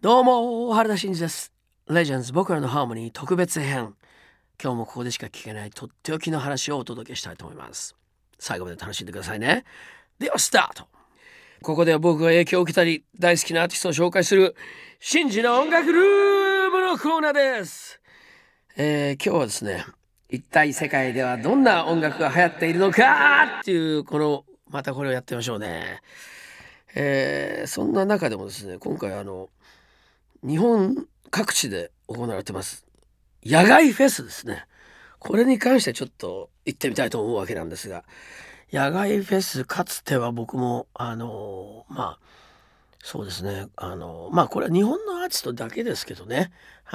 どうも原田真二です。レジェンズ僕らのハーモニー特別編。今日もここでしか聞けないとっておきの話をお届けしたいと思います。最後まで楽しんでくださいね。ではスタート。ここでは僕が影響を受けたり大好きなアーティストを紹介する真二の音楽ルームのコーナーです。今日はですね、一体世界ではどんな音楽が流行っているのかっていうまたこれをやってみましょうね。そんな中でもですね、今回日本各地で行われてます野外フェスですね。これに関してちょっと行ってみたいと思うわけなんですが、野外フェスかつては僕もそうですね、これは日本のアーティストだけですけどね、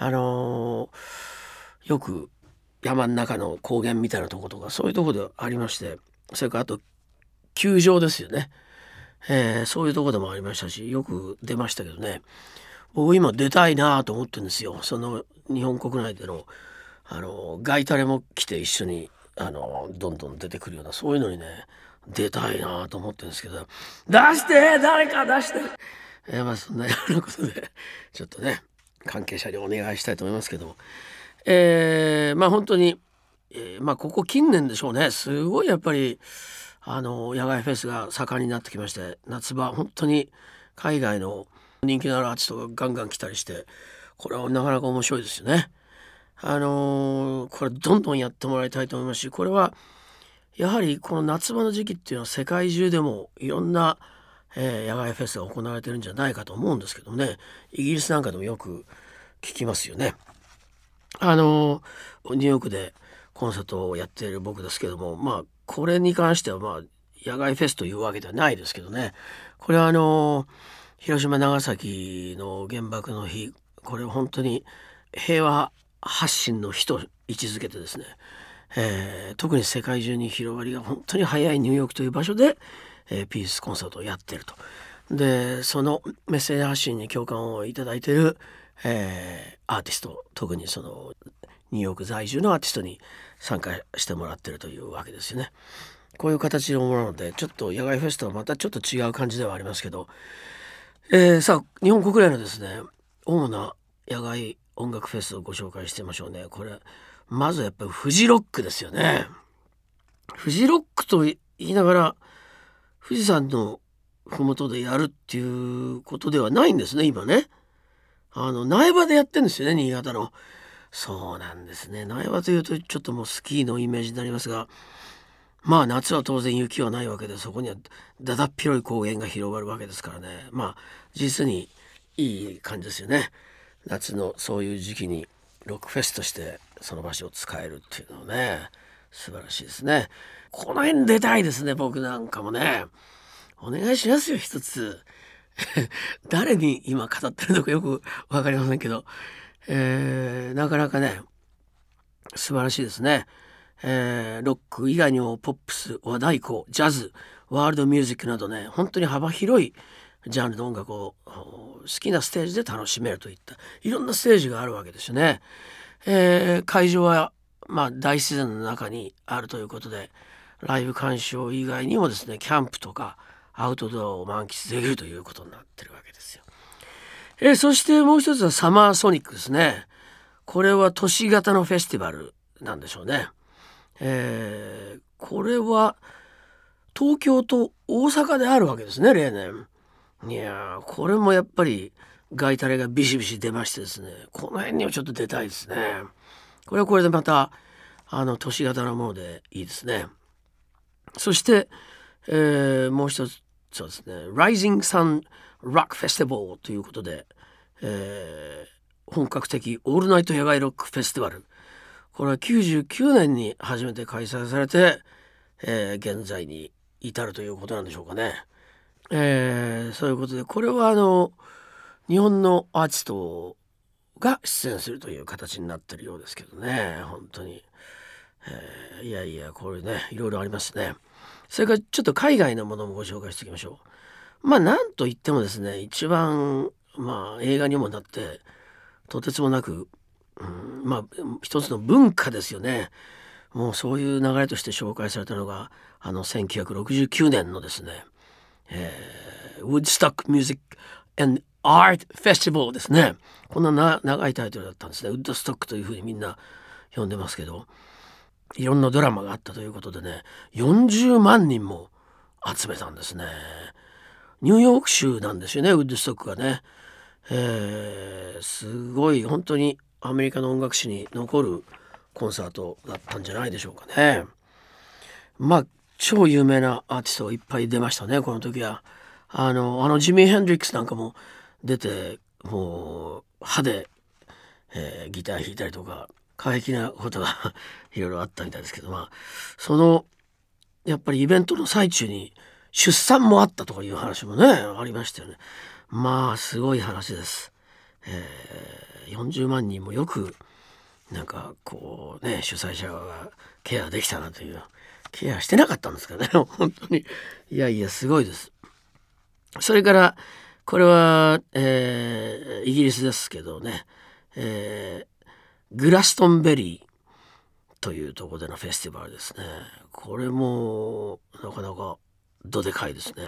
よく山の中の高原みたいなとことかそういうとこでありまして、それからあと球場ですよね、そういうとこでもありましたし、よく出ましたけどね。僕今出たいなと思ってるんですよ。その日本国内でのガイタレも来て一緒にどんどん出てくるようなそういうのにね出たいなと思ってるんですけど、出して誰か出して、そんなようなことでちょっとね関係者にお願いしたいと思いますけども、本当に、ここ近年でしょうね、すごいやっぱり野外フェスが盛んになってきまして、夏場本当に海外の人気のあるアーティストがガンガン来たりして、これはなかなか面白いですよね。これどんどんやってもらいたいと思いますし、これはやはりこの夏場の時期っていうのは世界中でもいろんな、野外フェスが行われてるんじゃないかと思うんですけどね。イギリスなんかでもよく聞きますよね。ニューヨークでコンサートをやっている僕ですけども、これに関しては野外フェスというわけではないですけどね。これは広島長崎の原爆の日、これを本当に平和発信の日と位置づけてですね、特に世界中に広がりが本当に早いニューヨークという場所で、ピースコンサートをやっていると。でそのメッセージ発信に共感をいただいている、アーティスト、特にそのニューヨーク在住のアーティストに参加してもらっているというわけですよね。こういう形のものなので、ちょっと野外フェスとはまたちょっと違う感じではありますけど、さあ日本国内のですね主な野外音楽フェスをご紹介してみましょうね。これまずやっぱりフジロックですよね。フジロックと言いながら富士山の麓でやるっていうことではないんですね今ね。苗場でやってるんですよね、新潟の。そうなんですね。苗場というとちょっともうスキーのイメージになりますが、夏は当然雪はないわけで、そこにはだだっ広い高原が広がるわけですからね。実にいい感じですよね。夏のそういう時期にロックフェスとしてその場所を使えるっていうのはね素晴らしいですね。この辺出たいですね、僕なんかもね。お願いしますよ、一つ誰に今語ってるのかよく分かりませんけど、なかなかね素晴らしいですね。ロック以外にもポップス、和太鼓、ジャズ、ワールドミュージックなどね、本当に幅広いジャンルの音楽を好きなステージで楽しめるといったいろんなステージがあるわけですよね。会場は大自然の中にあるということで、ライブ鑑賞以外にもですねキャンプとかアウトドアを満喫できるということになってるわけですよ。そしてもう一つはサマーソニックですね。これは都市型のフェスティバルなんでしょうね。これは東京と大阪であるわけですね、例年。いやー、これもやっぱりガイタレがビシビシ出ましてですね、この辺にはちょっと出たいですね。これはこれでまた都市型のものでいいですね。そして、もう一つはですね Rising Sun Rock Festival ということで、本格的オールナイト野外ロックフェスティバル、これは99年に初めて開催されて、現在に至るということなんでしょうかね。そういうことで、これは日本のアーティストが出演するという形になっているようですけどね、本当に、いやいやこれねいろいろありますね。それからちょっと海外のものもご紹介しておきましょう。なんといってもですね、一番映画にもなってとてつもなく、一つの文化ですよね。もうそういう流れとして紹介されたのが1969年のですね、Woodstock Music and Art Festival ですね。こんな長いタイトルだったんですね。ウッドストックというふうにみんな呼んでますけど、いろんなドラマがあったということでね、40万人も集めたんですね。ニューヨーク州なんですよね、ウッドストックがね。すごい本当にアメリカの音楽史に残るコンサートだったんじゃないでしょうかね。まあ超有名なアーティストがいっぱい出ましたね、この時は。ジミー・ヘンドリックスなんかも出て、もう歯で、ギター弾いたりとか過激なことがいろいろあったみたいですけど、そのやっぱりイベントの最中に出産もあったとかいう話もねありましたよね。すごい話です。40万人もよくなんかこうね主催者がケアできたなという。ケアしてなかったんですかね本当に。いやいやすごいです。それからこれは、イギリスですけどね、グラストンベリーというところでのフェスティバルですね。これもなかなかどでかいですね。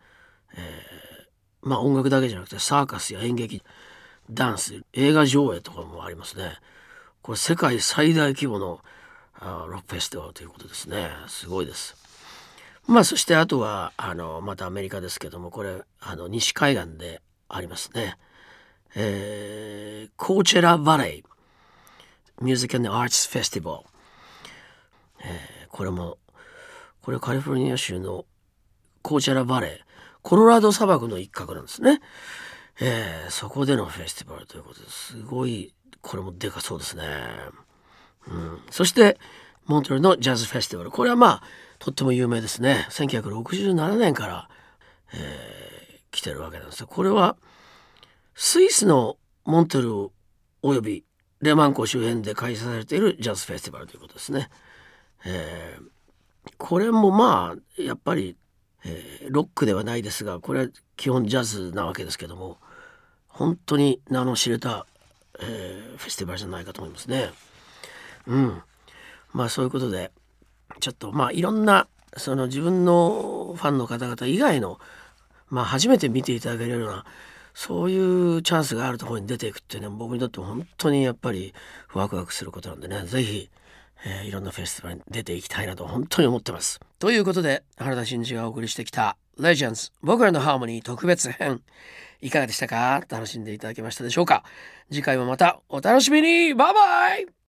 音楽だけじゃなくてサーカスや演劇、ダンス、映画上映とかもありますね。これ世界最大規模のロックフェスティバルということですね。すごいです。そしてあとはまたアメリカですけども、これ西海岸でありますね。コーチェラバレーミュージック&アーツフェスティバル、これカリフォルニア州のコーチェラバレー、コロラド砂漠の一角なんですね。そこでのフェスティバルということですごい、これもでかそうですね。そしてモントリオールのジャズフェスティバル、これはとっても有名ですね。1967年から、来てるわけなんですよ。これはスイスのモントリオールおよびレマン湖周辺で開催されているジャズフェスティバルということですね。これもやっぱり、ロックではないですが、これは基本ジャズなわけですけども、本当に名の知れた、フェスティバルじゃないかと思いますね。そういうことでちょっといろんなその自分のファンの方々以外の初めて見ていただけるようなそういうチャンスがあるところに出ていくっていうのは僕にとって本当にやっぱりワクワクすることなんでね、ぜひ、いろんなフェスティバルに出ていきたいなと本当に思ってます。ということで原田真二がお送りしてきた Legends 僕らのハーモニー特別編、いかがでしたか？楽しんでいただけましたでしょうか？次回もまたお楽しみに。バイバイ。